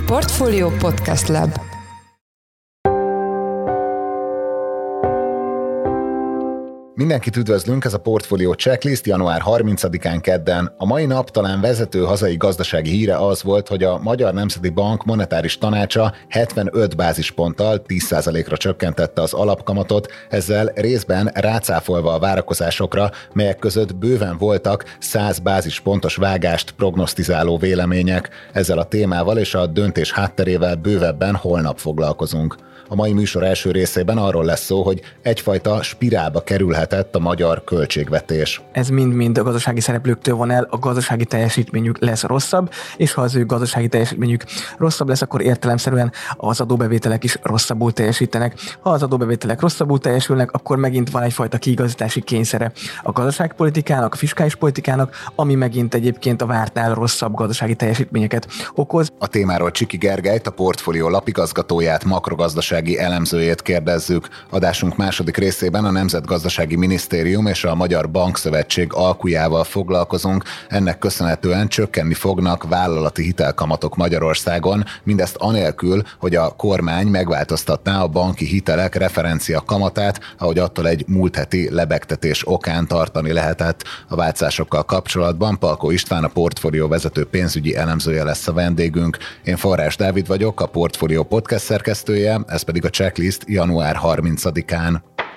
Portfolio Podcast Lab. Mindenkit üdvözlünk, ez a Portfolio Checklist január 30-án kedden. A mai nap talán vezető hazai gazdasági híre az volt, hogy a Magyar Nemzeti Bank monetáris tanácsa 75 bázisponttal 10%-ra csökkentette az alapkamatot, ezzel részben rácáfolva a várakozásokra, melyek között bőven voltak 100 bázispontos vágást prognosztizáló vélemények. Ezzel a témával és a döntés hátterével bővebben holnap foglalkozunk. A mai műsor első részében arról lesz szó, hogy egyfajta spirálba kerülhetett a magyar költségvetés. Ez mind-mind a gazdasági szereplőktől von el, a gazdasági teljesítményük lesz rosszabb, és ha az ő gazdasági teljesítményük rosszabb lesz, akkor értelemszerűen az adóbevételek is rosszabbul teljesítenek. Ha az adóbevételek rosszabbul teljesülnek, akkor megint van egyfajta kiigazítási kényszere a gazdaságpolitikának, a fiskális politikának, ami megint egyébként a vártnál rosszabb gazdasági teljesítményeket okoz. A témáról Csiki Gergelyt, a Portfolio lapigazgatóját, makrogazdasági elemzőjét kérdezzük. Adásunk második részében a Nemzetgazdasági Minisztérium és a Magyar Bankszövetség alkujával foglalkozunk. Ennek köszönhetően csökkenni fognak vállalati hitelkamatok Magyarországon, mindezt anélkül, hogy a kormány megváltoztatná a banki hitelek referencia kamatát, ahogy attól egy múlt heti lebegtetés okán tartani lehetett. A változásokkal kapcsolatban Palkó István, a Portfolio vezető pénzügyi elemzője lesz a vendégünk. Én Forrás Dávid vagyok, a Portfolio podcast szerkesztője, ez pedig a checklist január 30-án.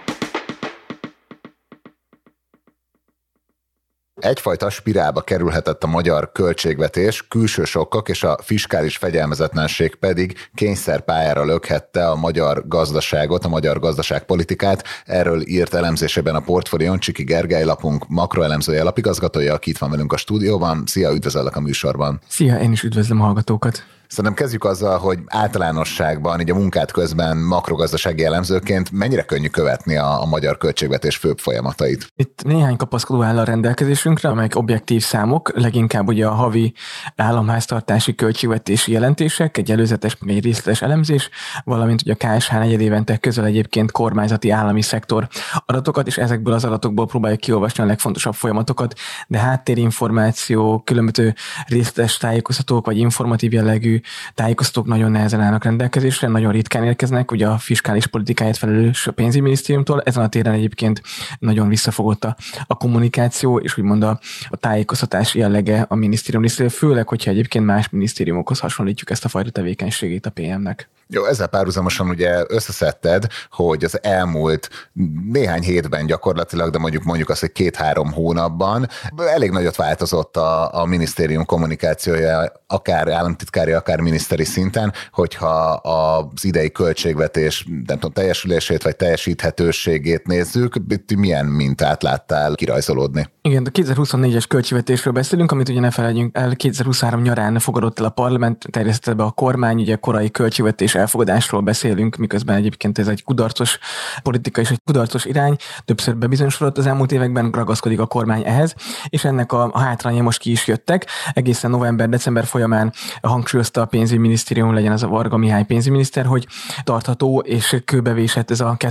Egyfajta spirálba kerülhetett a magyar költségvetés, külső sokkok és a fiskális fegyelmezetlenség pedig kényszerpályára lökhette a magyar gazdaságot, a magyar gazdaságpolitikát. Erről írt elemzésében a Portfolión Csiki Gergely, lapunk makroelemzője, lapigazgatója, aki itt van velünk a stúdióban. Szia, üdvözöllek a műsorban. Szia, én is üdvözlöm a hallgatókat. Szerintem kezdjük azzal, hogy általánosságban, így a munkát közben makrogazdasági elemzőként mennyire könnyű követni a magyar költségvetés főbb folyamatait? Itt néhány kapaszkodó áll a rendelkezésünkre, amelyek objektív számok, leginkább ugye a havi államháztartási költségvetési jelentések, egy előzetes, egy részletes elemzés, valamint ugye a KSH negyedévente közöl egyébként kormányzati állami szektor adatokat, és ezekből az adatokból próbáljuk kiolvasni a legfontosabb folyamatokat, de háttérinformáció, különböző részletes tájékoztatók vagy informatív jellegű tájékoztatók nagyon nehezen állnak rendelkezésre, nagyon ritkán érkeznek, ugye a fiskális politikáját felelős pénzügyminisztériumtól, ezen a téren egyébként nagyon visszafogott a kommunikáció, és úgymond a tájékoztatás jellege a minisztérium részéről, főleg, hogyha egyébként más minisztériumokhoz hasonlítjuk ezt a fajta tevékenységét a PM-nek. Jó, ezzel párhuzamosan ugye összeszedted, hogy az elmúlt néhány hétben gyakorlatilag, de mondjuk azt, hogy 2-3 hónapban elég nagyot változott a minisztérium kommunikációja, akár államtitkári, akár miniszteri szinten, hogyha az idei költségvetés, nem tudom, teljesülését vagy teljesíthetőségét nézzük, milyen mintát láttál kirajzolódni? Igen, a 2024-es költségvetésről beszélünk, amit ugye ne felejtjünk el, 2023 nyarán fogadott el a parlament, terjesztette be a kormány, ugye korai költségvetés elfogadásról beszélünk, miközben egyébként ez egy kudarcos politika és egy kudarcos irány, többször bebizonyosodott az elmúlt években, ragaszkodik a kormány ehhez, és ennek a hátrányai most ki is jöttek. Egészen november-december folyamán hangsúlyozta a pénzügyminisztérium, legyen az a Varga Mihály pénzügyminiszter, hogy tartható és kőbevésett ez a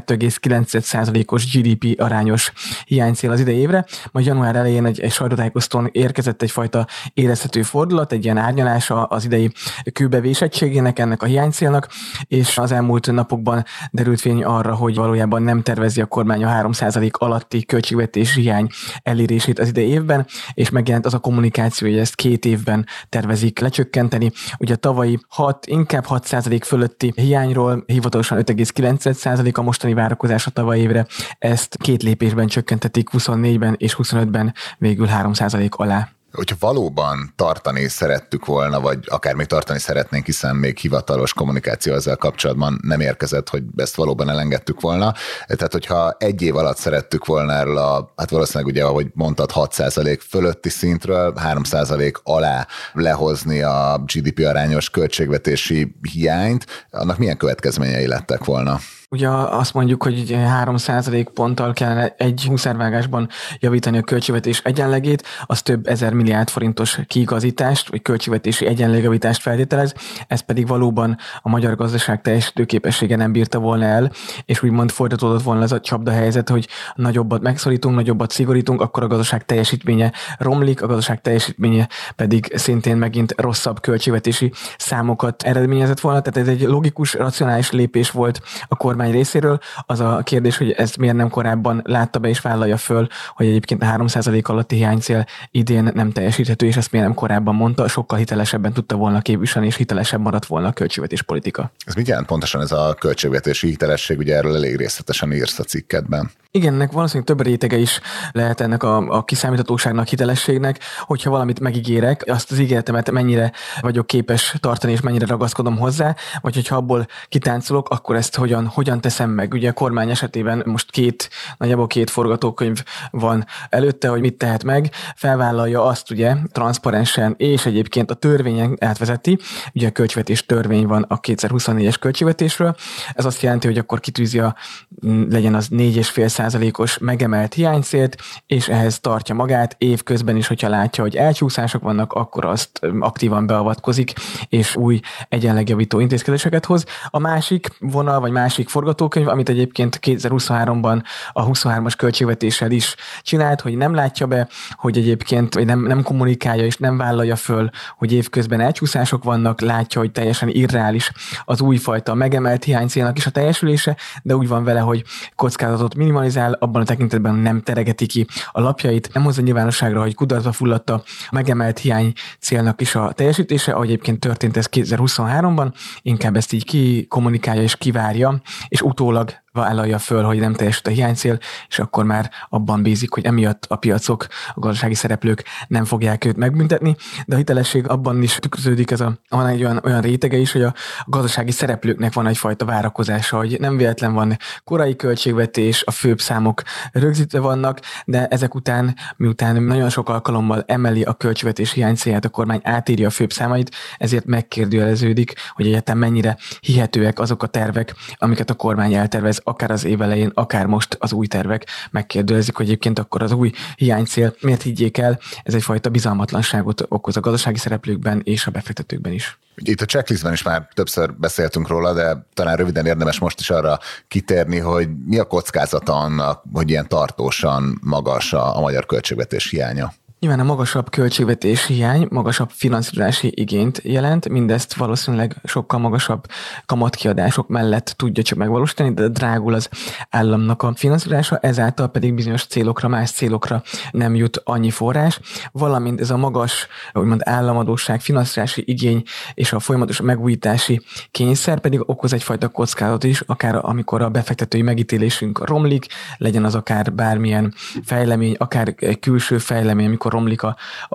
2,9%-os GDP arányos hiánycél az idei évre. Majd január elején egy sajtótájékoztatón érkezett egyfajta érezhető fordulat, egy ilyen árnyalása az idei kőbevésettségének, ennek a hiánycélnak, és az elmúlt napokban derült fény arra, hogy valójában nem tervezi a kormány a 3% alatti költségvetési hiány elérését az idei évben, és megjelent az a kommunikáció, hogy ezt 2 évben tervezik lecsökkenteni. Ugye a tavalyi inkább 6% fölötti hiányról hivatalosan 5,9% a mostani várakozás a tavalyi évre, ezt 2 lépésben csökkentették 24-ben és 25-ben végül 3% alá. Hogyha valóban tartani szerettük volna, vagy akár még tartani szeretnénk, hiszen még hivatalos kommunikáció ezzel kapcsolatban nem érkezett, hogy ezt valóban elengedtük volna. Tehát, hogyha 1 év alatt szerettük volna erről hát valószínűleg ugye, ahogy mondtad, 6% fölötti szintről 3% alá lehozni a GDP arányos költségvetési hiányt, annak milyen következményei lettek volna? Ugye azt mondjuk, hogy 3% ponttal kellene egy húszárvágásban javítani a költségvetés egyenlegét, az több 1000 milliárd forintos kiigazítást, vagy költségvetési egyenlegjavítást feltételez, ez pedig valóban a magyar gazdaság teljesítőképessége nem bírta volna el, és úgymond folytatódott volna ez a csapdahelyzet, hogy nagyobbat megszorítunk, nagyobbat szigorítunk, akkor a gazdaság teljesítménye romlik, a gazdaság teljesítménye pedig szintén megint rosszabb költségvetési számokat eredményezett volna. Tehát ez egy logikus, racionális lépés volt a kormány részéről. Az a kérdés, hogy ezt miért nem korábban látta be és vállalja föl, hogy egyébként a 3% alatti hiánycél idén nem teljesíthető, és ezt miért nem korábban mondta, sokkal hitelesebben tudta volna képviselni, és hitelesebb maradt volna a költségvetés politika. Ez mit jelent pontosan ez a költségvetési hitelesség? Ugye erről elég részletesen írsz a cikkedben. Igen, ennek valószínűleg több rétege is lehet ennek a kiszámíthatóságnak, hitelességnek, hogyha valamit megígérek, azt az ígéretemet mennyire vagyok képes tartani, és mennyire ragaszkodom hozzá, vagy hogyha abból kitáncolok, akkor ezt hogyan teszem meg. Ugye a kormány esetében most nagyjából két forgatókönyv van előtte, hogy mit tehet meg, felvállalja azt ugye transzparensen, és egyébként a törvényen átvezeti, ugye a költségvetés törvény van a 2024-es költségvetésről, ez azt jelenti, hogy akkor kitűzi legyen az 4,5%-os megemelt hiánycélt, és ehhez tartja magát évközben is, hogyha látja, hogy elcsúszások vannak, akkor azt aktívan beavatkozik, és új egyenlegjavító intézkedéseket hoz. A másik vonal, vagy másik forgatókönyv, amit egyébként 2023-ban a 23-as költségvetéssel is csinált, hogy nem látja be, hogy egyébként nem kommunikálja és nem vállalja föl, hogy évközben elcsúszások vannak, látja, hogy teljesen irreális az újfajta megemelt hiánycélnak is a teljesülése, de úgy van vele, hogy kockázatot minimalizál, abban a tekintetben nem teregeti ki a lapjait, nem hozza nyilvánosságra, hogy kudarcba fulladt a megemelt hiány célnak is a teljesítése, ahogy egyébként történt ez 2023-ban, inkább ezt így kikommunikálja és kivárja, és utólag vállalja föl, hogy nem teljesít a hiánycél, és akkor már abban bízik, hogy emiatt a piacok, a gazdasági szereplők nem fogják őt megbüntetni, de a hitelesség abban is tükröződik, van egy olyan rétege is, hogy a gazdasági szereplőknek van egyfajta várakozása, hogy nem véletlen van korai költségvetés, a főbb számok rögzítve vannak, de ezek után, miután nagyon sok alkalommal emeli a költségvetés hiánycélját, a kormány átírja a főbb számait, ezért megkérdőjeleződik, hogy egyáltalán mennyire hihetőek azok a tervek, amiket a kormány eltervez, akár az év elején, akár most az új tervek megkérdőjelezik, hogy egyébként akkor az új hiánycél miért higgyék el, ez egyfajta bizalmatlanságot okoz a gazdasági szereplőkben és a befektetőkben is. Itt a checklistben is már többször beszéltünk róla, de talán röviden érdemes most is arra kitérni, hogy mi a kockázata annak, hogy ilyen tartósan magas a magyar költségvetés hiánya. Nyilván a magasabb költségvetési hiány, magasabb finanszírozási igényt jelent, mindezt valószínűleg sokkal magasabb kamatkiadások mellett tudja csak megvalósítani, de drágul az államnak a finanszírozása, ezáltal pedig bizonyos célokra, más célokra nem jut annyi forrás, valamint ez a magas, úgymond államadósság, finanszírozási igény és a folyamatos megújítási kényszer pedig okoz egyfajta kockázatot is, akár amikor a befektetői megítélésünk romlik, legyen az akár bármilyen fejlemény, akár egy külső fejlemény, amikor romlik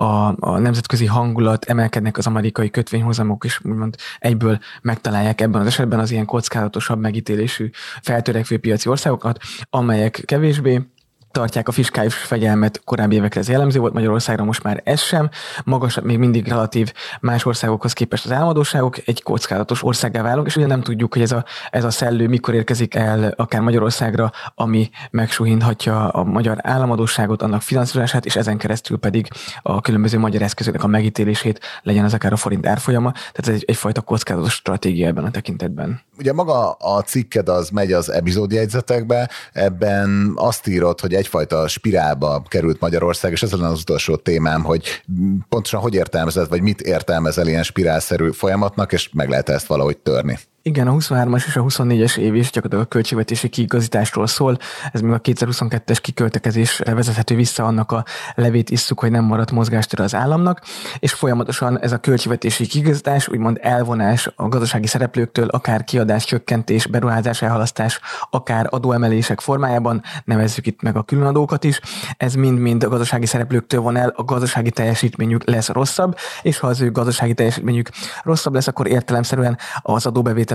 a nemzetközi hangulat, emelkednek az amerikai kötvényhozamok, és úgymond egyből megtalálják ebben az esetben az ilyen kockázatosabb megítélésű feltörekvő piaci országokat, amelyek kevésbé tartják a fiskális fegyelmet, korábbi évekre ez jellemző volt, Magyarországra most már ez sem, magasabb még mindig relatív más országokhoz képest az államadósságok, egy kockázatos országgá válunk, és ugye nem tudjuk, hogy ez a szellő mikor érkezik el akár Magyarországra, ami megsuhinthatja a magyar államadósságot, annak finanszírozását, és ezen keresztül pedig a különböző magyar eszközöknek a megítélését, legyen az akár a forint árfolyama, tehát ez egyfajta kockázatos stratégia ebben a tekintetben. Ugye maga a cikked az megy az epizódjegyzetekbe, ebben azt írod, hogy egyfajta spirálba került Magyarország, és ez lenne az utolsó témám, hogy pontosan hogy értelmezed, vagy mit értelmezel ilyen spirálszerű folyamatnak, és meg lehet ezt valahogy törni. Igen, a 23-as és a 24-es év is gyakorlatilag a költségvetési kiigazításról szól. Ez még a 2022-es kiköltekezésre vezethető vissza, annak a levét isszuk, hogy nem maradt mozgástere az államnak, és folyamatosan ez a költségvetési kiigazítás, úgymond elvonás a gazdasági szereplőktől, akár kiadás csökkentés, beruházás elhalasztás, akár adóemelések formájában, nevezzük itt meg a különadókat is, ez mind-mind a gazdasági szereplőktől von el, a gazdasági teljesítményük lesz rosszabb, és ha az ő gazdasági teljesítményük rosszabb lesz, akkor értelemszerűen az adóbevétel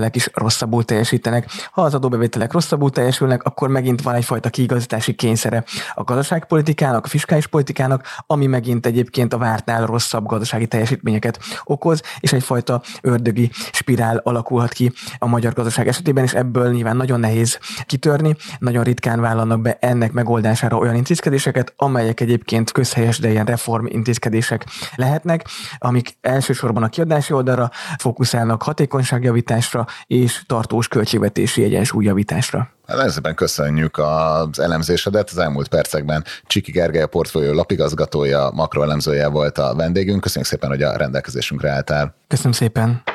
adóbevételek is rosszabbul teljesítenek. Ha az adóbevételek rosszabbul teljesülnek, akkor megint van egyfajta kiigazítási kényszere a gazdaságpolitikának, a fiskális politikának, ami megint egyébként a vártnál rosszabb gazdasági teljesítményeket okoz, és egyfajta ördögi spirál alakulhat ki a magyar gazdaság esetében, és ebből nyilván nagyon nehéz kitörni, nagyon ritkán vállalnak be ennek megoldására olyan intézkedéseket, amelyek egyébként közhelyes, de ilyen reform intézkedések lehetnek, amik elsősorban a kiadási oldalra fókuszálnak, hatékonyságjavításra és tartós költségvetési egyensúlyjavításra. Nagyon szépen köszönjük az elemzésedet. Az elmúlt percekben Csiki Gergely, a Portfolio lapigazgatója, makroelemzője volt a vendégünk. Köszönjük szépen, hogy a rendelkezésünkre álltál. Köszönöm szépen.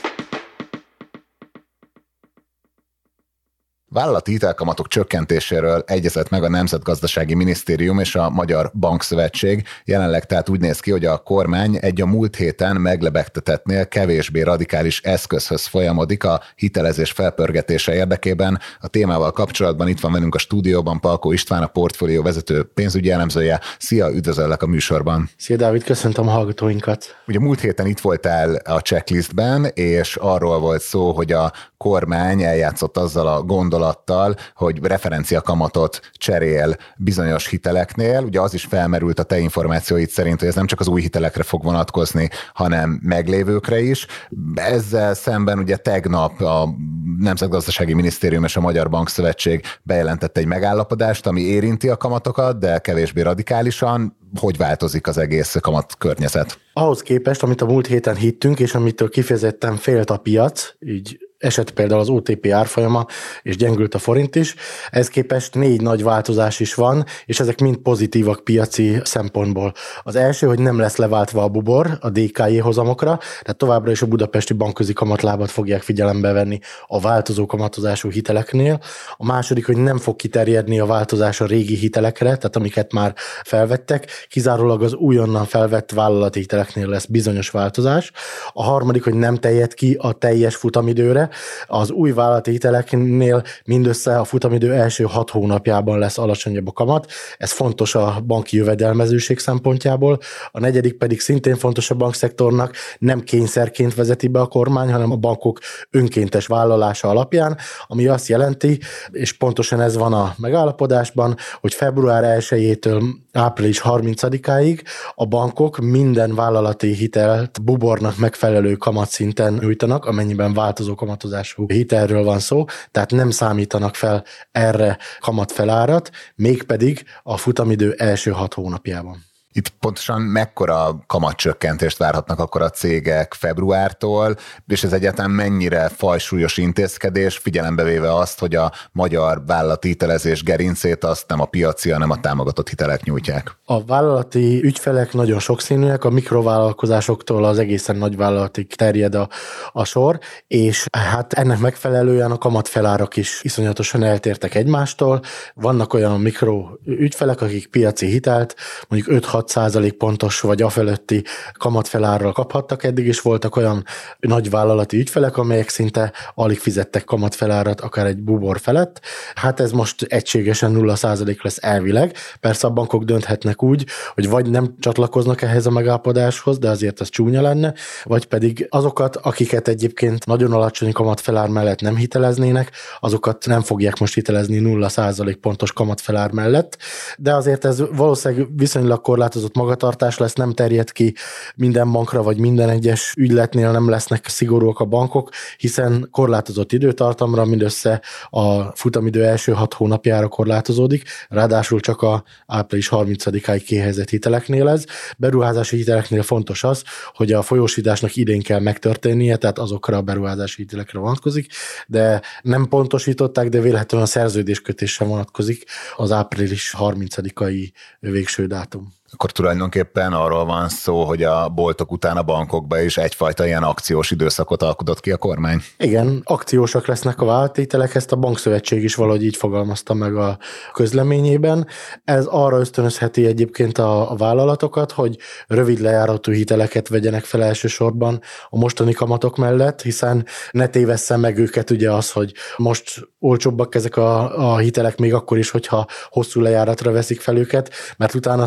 Vállalati hitelkamatok csökkentéséről egyezett meg a Nemzetgazdasági Minisztérium és a Magyar Bankszövetség. Jelenleg tehát úgy néz ki, hogy a kormány egy a múlt héten meglebegtetettnél kevésbé radikális eszközhöz folyamodik a hitelezés felpörgetése érdekében. A témával kapcsolatban itt van velünk a stúdióban Palkó István, a Portfolio vezető pénzügyi elemzője. Szia, üdvözöllek a műsorban. Szia Dávid, köszöntöm a hallgatóinkat. Ugye múlt héten itt voltál a checklistben, és arról volt szó, hogy a kormány eljátszott azzal a gondolattal, hogy referenciakamatot cserél bizonyos hiteleknél. Ugye az is felmerült a te információid szerint, hogy ez nem csak az új hitelekre fog vonatkozni, hanem meglévőkre is. Ezzel szemben ugye tegnap a Nemzetgazdasági Minisztérium és a Magyar Bankszövetség bejelentett egy megállapodást, ami érinti a kamatokat, de kevésbé radikálisan. Hogy változik az egész kamat környezet? Ahhoz képest, amit a múlt héten hittünk, és amitől kifejezetten félt a piac, így esett például az OTP árfolyama, és gyengült a forint is. Ez képest 4 nagy változás is van, és ezek mind pozitívak piaci szempontból. Az első, hogy nem lesz leváltva a bubor a DKJ hozamokra, tehát továbbra is a budapesti bankközi kamatlábat fogják figyelembe venni a változó kamatozású hiteleknél. A második, hogy nem fog kiterjedni a változás a régi hitelekre, tehát amiket már felvettek, kizárólag az újonnan felvett vállalati hiteleknél lesz bizonyos változás. A harmadik, hogy nem terjed ki a teljes futamidőre. Az új vállalati hiteleknél mindössze a futamidő első 6 hónapjában lesz alacsonyabb a kamat. Ez fontos a banki jövedelmezőség szempontjából. A negyedik pedig szintén fontos a bankszektornak, nem kényszerként vezeti be a kormány, hanem a bankok önkéntes vállalása alapján, ami azt jelenti, és pontosan ez van a megállapodásban, hogy február 1-től április 30-áig a bankok minden vállalati hitelt bubornak megfelelő kamatszinten nyújtanak, amennyiben változó kamatozású hitelről van szó, tehát nem számítanak fel erre kamatfelárat, mégpedig a futamidő első 6 hónapjában. Itt pontosan mekkora kamatcsökkentést várhatnak akkor a cégek februártól, és ez egyáltalán mennyire fajsúlyos intézkedés, figyelembe véve azt, hogy a magyar vállalati hitelezés gerincét azt nem a piaci, hanem a támogatott hitelek nyújtják? A vállalati ügyfelek nagyon sokszínűek, a mikrovállalkozásoktól az egészen nagyvállalatig terjed a sor, és hát ennek megfelelően a kamatfelárak is iszonyatosan eltértek egymástól. Vannak olyan mikroügyfelek, akik piaci hitelt mondjuk 5-6% pontos vagy afölötti kamatfelárral kaphattak eddig, és voltak olyan nagyvállalati ügyfelek, amelyek szinte alig fizettek kamatfelárat, akár egy bubor felett. Hát ez most egységesen 0% lesz elvileg. Persze a bankok dönthetnek úgy, hogy vagy nem csatlakoznak ehhez a megállapodáshoz, de azért ez csúnya lenne, vagy pedig azokat, akiket egyébként nagyon alacsony kamatfelár mellett nem hiteleznének, azokat nem fogják most hitelezni 0% pontos kamatfelár mellett, de azért ez valószínűleg viszonylag korlátozott magatartás lesz, nem terjed ki minden bankra, vagy minden egyes ügyletnél nem lesznek szigorúak a bankok, hiszen korlátozott időtartamra, mindössze a futamidő első 6 hónapjára korlátozódik, ráadásul csak a április 30-áig kihelyezett hiteleknél ez. Beruházási hiteleknél fontos az, hogy a folyósításnak idén kell megtörténnie, tehát azokra a beruházási hitelekre vonatkozik, de nem pontosították, de vélhetően a szerződéskötésre vonatkozik az április 30-ai végső dátum. Akkor tulajdonképpen arról van szó, hogy a boltok után a bankokba is egyfajta ilyen akciós időszakot alkotott ki a kormány. Igen, akciósak lesznek a vállalati hitelek, ezt a bankszövetség is valahogy így fogalmazta meg a közleményében. Ez arra ösztönözheti egyébként a vállalatokat, hogy rövid lejáratú hiteleket vegyenek fel elsősorban a mostani kamatok mellett, hiszen ne tévesszen meg őket ugye az, hogy most olcsóbbak ezek a hitelek még akkor is, hogyha hosszú lejáratra veszik fel őket, mert utána aztán vissza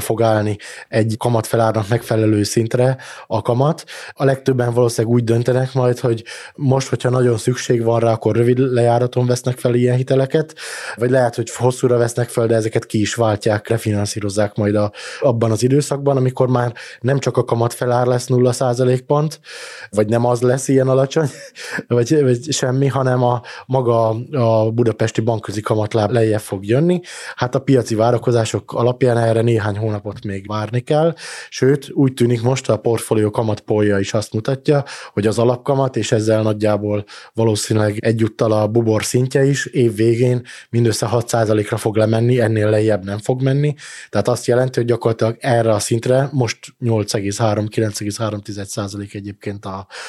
fog állni egy kamatfelárnak megfelelő szintre a kamat. A legtöbben valószínűleg úgy döntenek majd, hogy most, hogyha nagyon szükség van rá, akkor rövid lejáraton vesznek fel ilyen hiteleket, vagy lehet, hogy hosszúra vesznek fel, de ezeket ki is váltják, refinanszírozzák majd abban az időszakban, amikor már nem csak a kamatfelár lesz 0% pont, vagy nem az lesz ilyen alacsony, vagy semmi, hanem maga a budapesti bankközi kamatláb lejjebb fog jönni. Hát a piaci várakozások alapján erre néhány hónapot még várni kell, sőt, úgy tűnik most a portfólió kamatpolja is azt mutatja, hogy az alapkamat, és ezzel nagyjából valószínűleg egyúttal a bubor szintje is év végén mindössze 6%-ra fog lemenni, ennél lejjebb nem fog menni. Tehát azt jelenti, hogy gyakorlatilag erre a szintre most 8,3-9,3% egyébként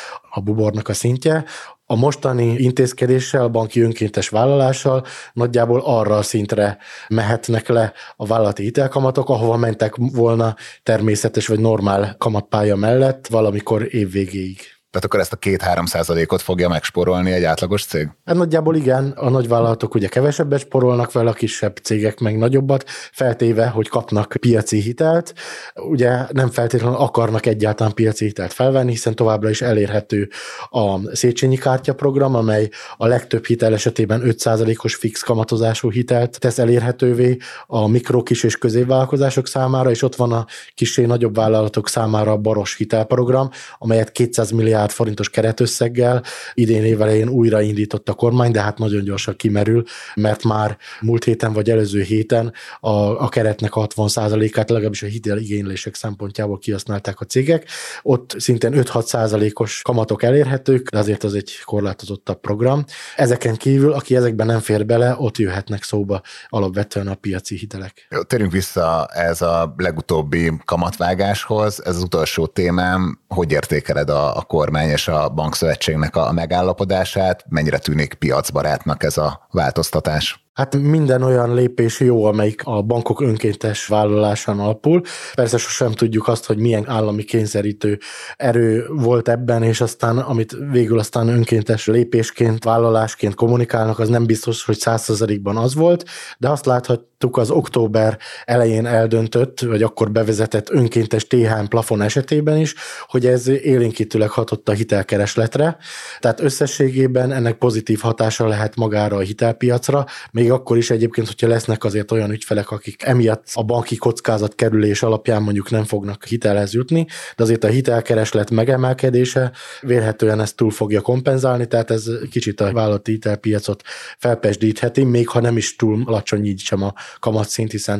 a bubornak a szintje. A mostani intézkedéssel, a banki önkéntes vállalással nagyjából arra a szintre mehetnek le a vállalati hitelkamatok, ahova mentek volna természetes vagy normál kamatpálya mellett valamikor év végéig. Tehát akkor ezt a 2-3%-ot fogja megspórolni egy átlagos cég? Hát nagyjából igen, a nagyvállalatok ugye kevesebbet spórolnak vele, a kisebb cégek meg nagyobbat, feltéve, hogy kapnak piaci hitelt. Ugye nem feltétlenül akarnak egyáltalán piaci hitelt felvenni, hiszen továbbra is elérhető a Széchenyi kártyaprogram, amely a legtöbb hitel esetében 5%-os fix kamatozású hitelt tesz elérhetővé a mikro, kis és középvállalkozások számára, és ott van a kis és nagyobb vállalatok számára a Baros hitelprogram, amelyet 200 milliárd forintos keretösszeggel idén évelején újraindított a kormány, de hát nagyon gyorsan kimerül, mert már múlt héten vagy előző héten a keretnek 60%-át legalábbis a hiteligénylések szempontjából kihasználták a cégek. Ott szintén 5-6%-os kamatok elérhetők, de azért az egy korlátozottabb program. Ezeken kívül, aki ezekben nem fér bele, ott jöhetnek szóba alapvetően a piaci hitelek. Jó, térjünk vissza ez a legutóbbi kamatvágáshoz. Ez az utolsó témám, hogy értékeled a kormány és a bankszövetségnek a megállapodását, mennyire tűnik piacbarátnak ez a változtatás? Hát minden olyan lépés jó, amelyik a bankok önkéntes vállalásán alapul. Persze sosem tudjuk azt, hogy milyen állami kényszerítő erő volt ebben, és aztán, amit végül aztán önkéntes lépésként, vállalásként kommunikálnak, az nem biztos, hogy 100%-ban az volt, de azt láthattuk az október elején eldöntött, vagy akkor bevezetett önkéntes THM plafon esetében is, hogy ez élénkítőleg hatott a hitelkeresletre. Tehát összességében ennek pozitív hatása lehet magára a hitelpiacra, még akkor is egyébként, hogyha lesznek azért olyan ügyfelek, akik emiatt a banki kockázat kerülés alapján mondjuk nem fognak hitelhez jutni, de azért a hitelkereslet megemelkedése vélhetően ezt túl fogja kompenzálni, tehát ez kicsit a vállalati hitelpiacot felpesdítheti, még ha nem is túl alacsony így sem a kamatszint, hiszen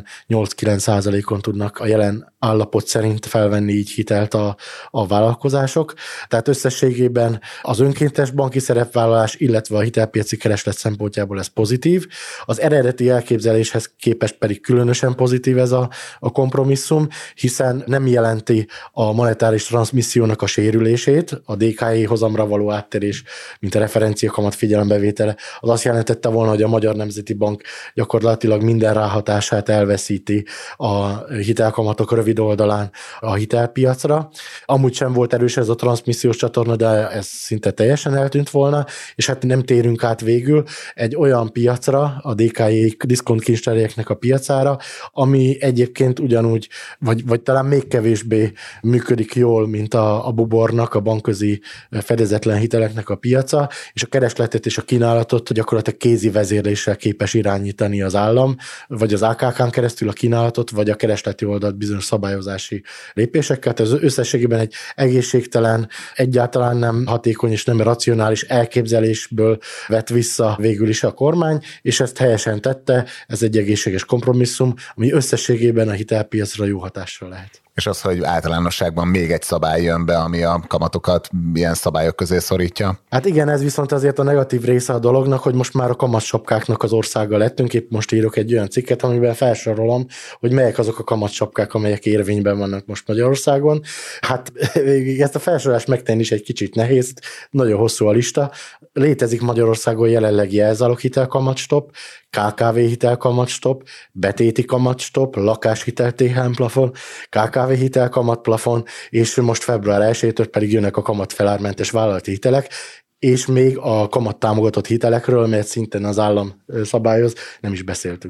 8-9%-on tudnak a jelen állapot szerint felvenni így hitelt a vállalkozások. Tehát összességében az önkéntes banki szerepvállalás, illetve a hitelpiaci kereslet szempontjából ez pozitív. Az eredeti elképzeléshez képest pedig különösen pozitív ez a kompromisszum, hiszen nem jelenti a monetáris transzmissziónak a sérülését, a DKI hozamra való áttérés, mint a referenciakamat figyelembevétele. Az azt jelentette volna, hogy a Magyar Nemzeti Bank gyakorlatilag minden ráhatását elveszíti a hitelkamatok rövid oldalán a hitelpiacra. Amúgy sem volt erős ez a transzmissziós csatorna, de ez szinte teljesen eltűnt volna, és hát nem térünk át végül egy olyan piacra, a DKI diszkontkincstárgyaknak a piacára, ami egyébként ugyanúgy, vagy talán még kevésbé működik jól, mint a bubornak, a bankközi fedezetlen hiteleknek a piaca, és a keresletet és a kínálatot gyakorlatilag kézi vezérléssel képes irányítani az állam, vagy az AKK-n keresztül a kínálatot, vagy a keresleti oldalt bizonyos szabályozási lépésekkel. Ez összességében egy egészségtelen, egyáltalán nem hatékony és nem racionális elképzelésből vett vissza végül is a kormány, és ezt helyesen tette, ez egy egészséges kompromisszum, ami összességében a hitelpiacra jó hatással lehet. És az, hogy általánosságban még egy szabály jön be, ami a kamatokat ilyen szabályok közé szorítja? Hát igen, ez viszont azért a negatív része a dolognak, hogy most már a kamatsapkáknak az országa lettünk. Épp most írok egy olyan cikket, amiben felsorolom, hogy melyek azok a kamatsapkák, amelyek érvényben vannak most Magyarországon. Hát ezt a felsorolást megtenni is egy kicsit nehéz, nagyon hosszú a lista. Létezik Magyarországon jelenleg jelzáloghitel kamatstop, KKV hitel kamatstop, betéti kamatstop, lakáshitel THM plafon, KKV hitel kamatplafon, és most február 1-től pedig jönnek a kamatfelármentes vállalati hitelek, és még a kamattámogatott hitelekről, mert szintén az állam szabályoz, nem is beszéltünk.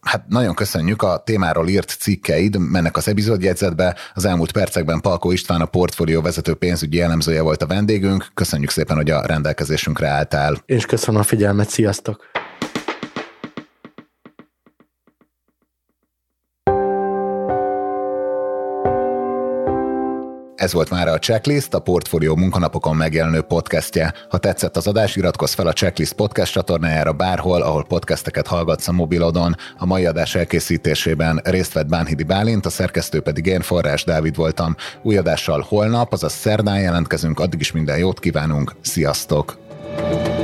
Hát nagyon köszönjük, a témáról írt cikkeid mennek az epizódjegyzetbe. Az elmúlt percekben Palkó István, a Portfolio vezető pénzügyi elemzője volt a vendégünk. Köszönjük szépen, hogy a rendelkezésünkre álltál. Én is köszönöm a figyelmet, sziasztok! Ez volt már a Checklist, a Portfolio munkanapokon megjelenő podcastje. Ha tetszett az adás, iratkozz fel a Checklist podcast csatornájára bárhol, ahol podcasteket hallgatsz a mobilodon. A mai adás elkészítésében részt vett Bánhidi Bálint, a szerkesztő pedig én, Forrás Dávid voltam. Új adással holnap, azaz szerdán jelentkezünk, addig is minden jót kívánunk, sziasztok!